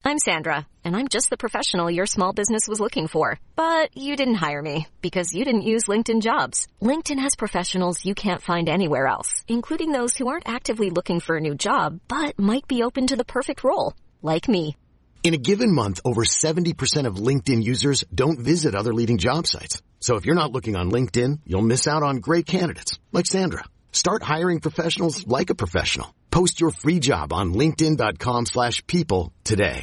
I'm Sandra, and I'm just the professional your small business was looking for. But you didn't hire me because you didn't use LinkedIn Jobs. LinkedIn has professionals you can't find anywhere else, including those who aren't actively looking for a new job, but might be open to the perfect role, like me. In a given month, over 70% of LinkedIn users don't visit other leading job sites. So if you're not looking on LinkedIn, you'll miss out on great candidates, like Sandra. Start hiring professionals like a professional. Post your free job on linkedin.com/people today.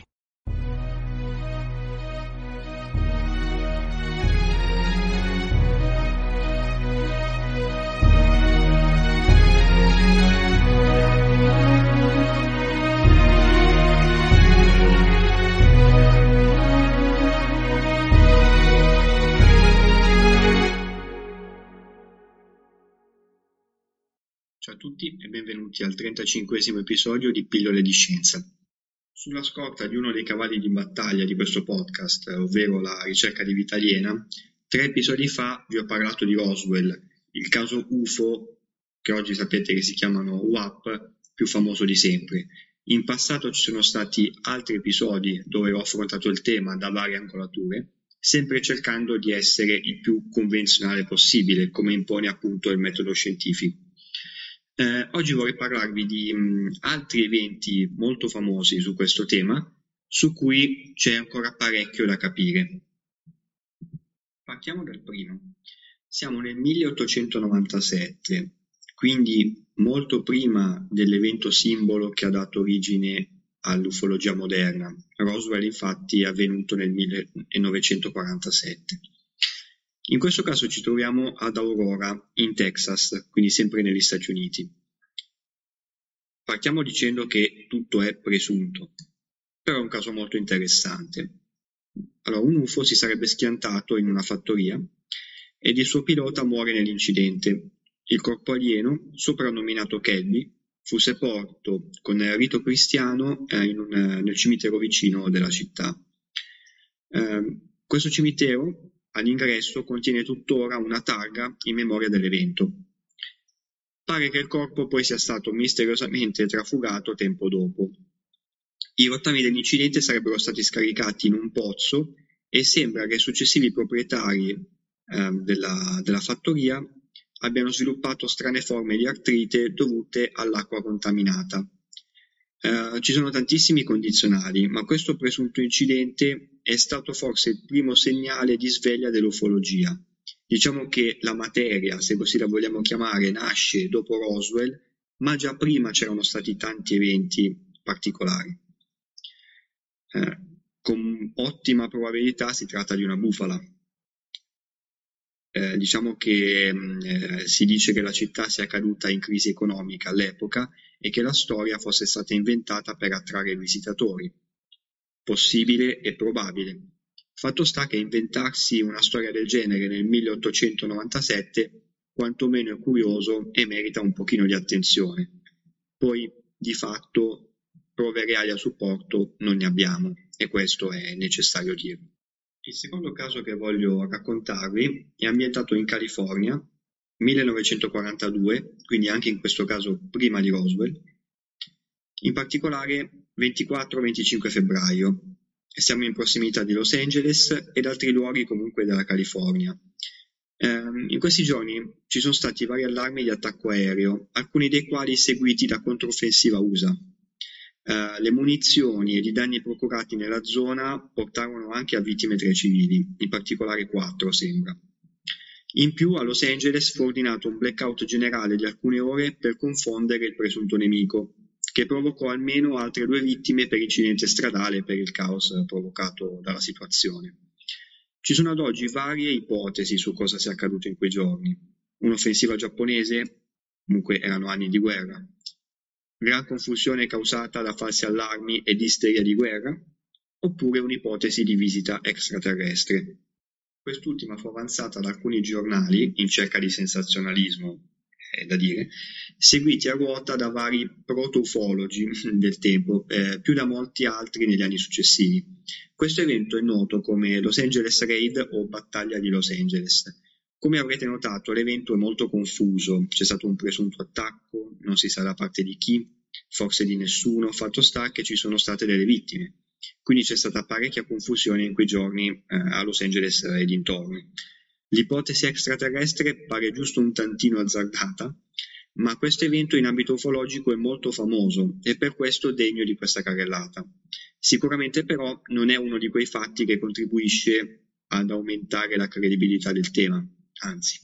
Ciao a tutti e benvenuti al 35esimo episodio di Pillole di Scienza. Sulla scorta di uno dei cavalli di battaglia di questo podcast, ovvero la ricerca di vita aliena, 3 episodi fa vi ho parlato di Roswell, il caso UFO, che oggi sapete che si chiamano UAP, più famoso di sempre. In passato ci sono stati altri episodi dove ho affrontato il tema da varie angolature, sempre cercando di essere il più convenzionale possibile, come impone appunto il metodo scientifico. Oggi vorrei parlarvi di altri eventi molto famosi su questo tema, su cui c'è ancora parecchio da capire. Partiamo dal primo. Siamo nel 1897, quindi molto prima dell'evento simbolo che ha dato origine all'ufologia moderna. Roswell infatti è avvenuto nel 1947. In questo caso ci troviamo ad Aurora, in Texas, quindi sempre negli Stati Uniti. Partiamo dicendo che tutto è presunto, però è un caso molto interessante. Allora, un UFO si sarebbe schiantato in una fattoria ed il suo pilota muore nell'incidente. Il corpo alieno, soprannominato Kelby, fu sepolto con rito cristiano nel cimitero vicino della città. Questo cimitero all'ingresso contiene tuttora una targa in memoria dell'evento. Pare che il corpo poi sia stato misteriosamente trafugato tempo dopo. I rottami dell'incidente sarebbero stati scaricati in un pozzo e sembra che i successivi proprietari della fattoria abbiano sviluppato strane forme di artrite dovute all'acqua contaminata. Ci sono tantissimi condizionali, ma questo presunto incidente è stato forse il primo segnale di sveglia dell'ufologia. Diciamo che la materia, se così la vogliamo chiamare, nasce dopo Roswell, ma già prima c'erano stati tanti eventi particolari. Con ottima probabilità si tratta di una bufala. Diciamo che si dice che la città sia caduta in crisi economica all'epoca e che la storia fosse stata inventata per attrarre visitatori. Possibile e probabile. Fatto sta che inventarsi una storia del genere nel 1897 quantomeno è curioso e merita un pochino di attenzione. Poi, di fatto, prove reali a supporto non ne abbiamo e questo è necessario dirlo. Il secondo caso che voglio raccontarvi è ambientato in California, 1942, quindi anche in questo caso prima di Roswell, in particolare 24-25 febbraio. Siamo in prossimità di Los Angeles ed altri luoghi comunque della California. In questi giorni ci sono stati vari allarmi di attacco aereo, alcuni dei quali seguiti da controffensiva USA. Le munizioni ed i danni procurati nella zona portarono anche a vittime tra i civili, in particolare 4 sembra. In più a Los Angeles fu ordinato un blackout generale di alcune ore per confondere il presunto nemico, che provocò almeno altre 2 vittime per incidente stradale e per il caos provocato dalla situazione. Ci sono ad oggi varie ipotesi su cosa sia accaduto in quei giorni. Un'offensiva giapponese? Comunque erano anni di guerra. Gran confusione causata da falsi allarmi ed isteria di guerra, oppure un'ipotesi di visita extraterrestre. Quest'ultima fu avanzata da alcuni giornali, in cerca di sensazionalismo, è da dire, seguiti a ruota da vari proto-ufologi del tempo, più da molti altri negli anni successivi. Questo evento è noto come Los Angeles Raid o Battaglia di Los Angeles. Come avrete notato, l'evento è molto confuso, c'è stato un presunto attacco, non si sa da parte di chi, forse di nessuno, fatto sta che ci sono state delle vittime. quindi c'è stata parecchia confusione in quei giorni a Los Angeles e dintorni. L'ipotesi extraterrestre pare giusto un tantino azzardata, ma questo evento in ambito ufologico è molto famoso e per questo degno di questa carrellata. Sicuramente però non è uno di quei fatti che contribuisce ad aumentare la credibilità del tema, anzi.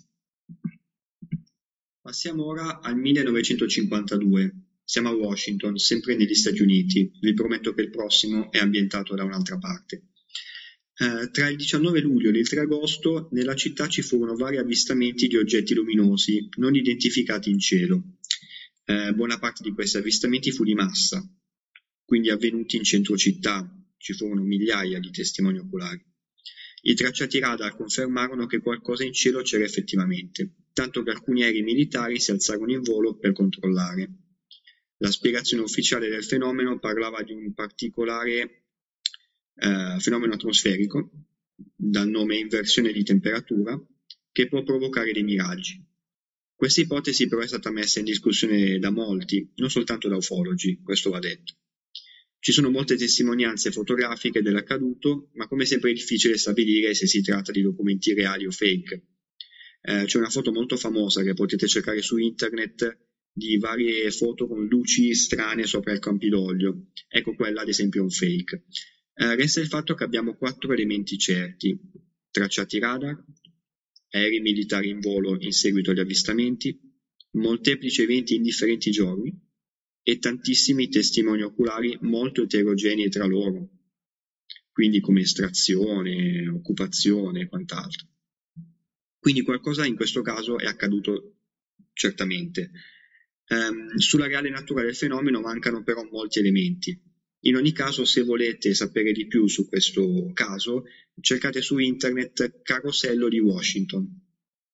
Passiamo ora al 1952. Siamo a Washington, sempre negli Stati Uniti. Vi prometto che il prossimo è ambientato da un'altra parte. Tra il 19 luglio e il 3 agosto nella città ci furono vari avvistamenti di oggetti luminosi non identificati in cielo. Buona parte di questi avvistamenti fu di massa, quindi avvenuti in centro città. Ci furono migliaia di testimoni oculari. I tracciati radar confermarono che qualcosa in cielo c'era effettivamente, tanto che alcuni aerei militari si alzarono in volo per controllare. La spiegazione ufficiale del fenomeno parlava di un particolare fenomeno atmosferico, dal nome inversione di temperatura, che può provocare dei miraggi. Questa ipotesi però è stata messa in discussione da molti, non soltanto da ufologi, questo va detto. Ci sono molte testimonianze fotografiche dell'accaduto, ma come sempre è difficile stabilire se si tratta di documenti reali o fake. C'è una foto molto famosa che potete cercare su internet di varie foto con luci strane sopra il Campidoglio. Ecco, quella ad esempio è un fake. Resta il fatto che abbiamo 4 elementi certi: tracciati radar, aerei militari in volo in seguito agli avvistamenti, molteplici eventi in differenti giorni e tantissimi testimoni oculari molto eterogenei tra loro, quindi come estrazione, occupazione e quant'altro. Quindi qualcosa in questo caso è accaduto certamente. Sulla reale natura del fenomeno mancano però molti elementi. In ogni caso, se volete sapere di più su questo caso, cercate su internet Carosello di Washington.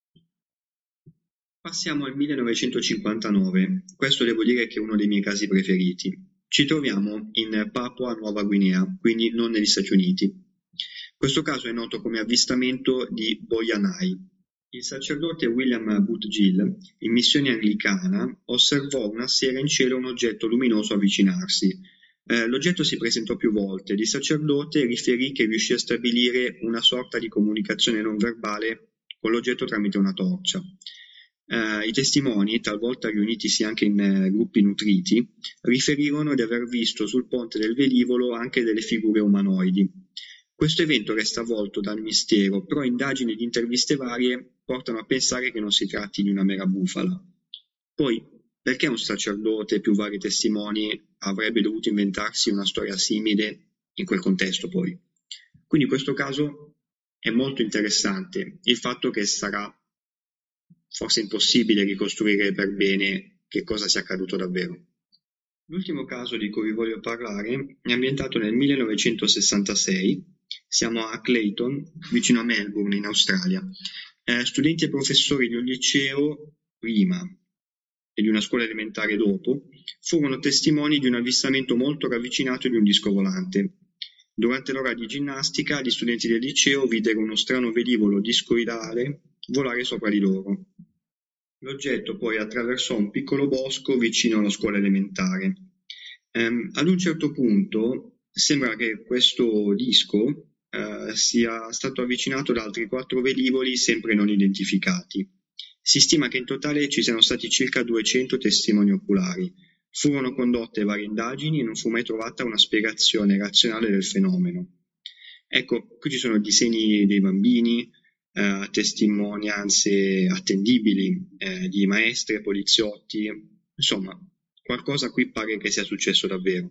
Passiamo al 1959. Questo devo dire che è uno dei miei casi preferiti. Ci troviamo in Papua Nuova Guinea, quindi non negli Stati Uniti. Questo caso è noto come avvistamento di Boyanai. Il sacerdote William Booth Gill, in missione anglicana, osservò una sera in cielo un oggetto luminoso avvicinarsi. L'oggetto si presentò più volte. Il sacerdote riferì che riuscì a stabilire una sorta di comunicazione non verbale con l'oggetto tramite una torcia. I testimoni, talvolta riunitisi anche in gruppi nutriti, riferirono di aver visto sul ponte del velivolo anche delle figure umanoidi. Questo evento resta avvolto dal mistero, però indagini ed interviste varie portano a pensare che non si tratti di una mera bufala. Poi, perché un sacerdote più vari testimoni avrebbe dovuto inventarsi una storia simile in quel contesto poi? Quindi questo caso è molto interessante, il fatto che sarà forse impossibile ricostruire per bene che cosa sia accaduto davvero. L'ultimo caso di cui vi voglio parlare è ambientato nel 1966, siamo a Clayton, vicino a Melbourne in Australia. Studenti e professori di un liceo prima e di una scuola elementare dopo, furono testimoni di un avvistamento molto ravvicinato di un disco volante. Durante l'ora di ginnastica, gli studenti del liceo videro uno strano velivolo discoidale volare sopra di loro. L'oggetto poi attraversò un piccolo bosco vicino alla scuola elementare. Ad un certo punto sembra che questo disco sia stato avvicinato da altri 4 velivoli sempre non identificati. Si stima che in totale ci siano stati circa 200 testimoni oculari. Furono condotte varie indagini e non fu mai trovata una spiegazione razionale del fenomeno. Ecco, qui ci sono disegni dei bambini, testimonianze attendibili di maestre, poliziotti, insomma, qualcosa qui pare che sia successo davvero.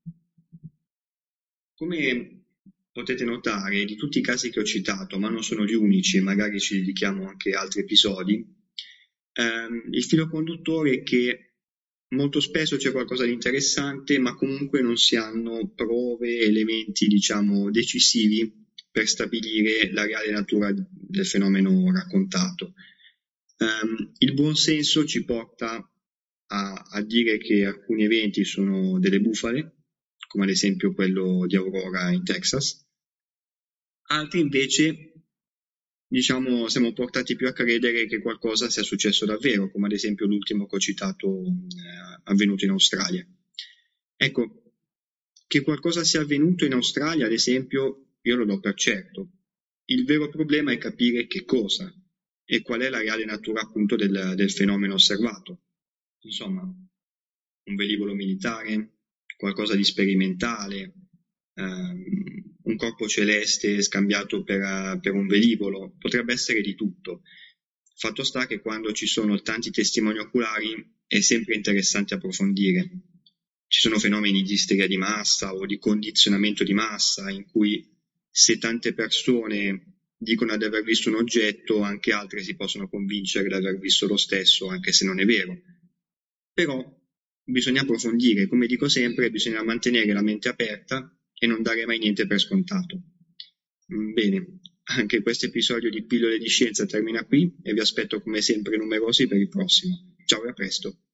Come potete notare, di tutti i casi che ho citato, ma non sono gli unici, magari ci dedichiamo anche a altri episodi, il filo conduttore è che molto spesso c'è qualcosa di interessante, ma comunque non si hanno prove, elementi, diciamo, decisivi per stabilire la reale natura del fenomeno raccontato. Il buon senso ci porta a dire che alcuni eventi sono delle bufale, come ad esempio quello di Aurora in Texas. Altri invece, diciamo, siamo portati più a credere che qualcosa sia successo davvero, come ad esempio l'ultimo che ho citato avvenuto in Australia. Ecco, Che qualcosa sia avvenuto in Australia, ad esempio, io lo do per certo. Il vero problema è capire che cosa e qual è la reale natura appunto del fenomeno osservato. Insomma, un velivolo militare, qualcosa di sperimentale, un corpo celeste scambiato per un velivolo, potrebbe essere di tutto. Fatto sta che quando ci sono tanti testimoni oculari è sempre interessante approfondire. Ci sono fenomeni di isteria di massa o di condizionamento di massa in cui se tante persone dicono di aver visto un oggetto, anche altre si possono convincere di aver visto lo stesso, anche se non è vero. Però bisogna approfondire, come dico sempre, bisogna mantenere la mente aperta e non dare mai niente per scontato. Bene, anche questo episodio di Pillole di Scienza termina qui e vi aspetto come sempre numerosi per il prossimo. Ciao e a presto!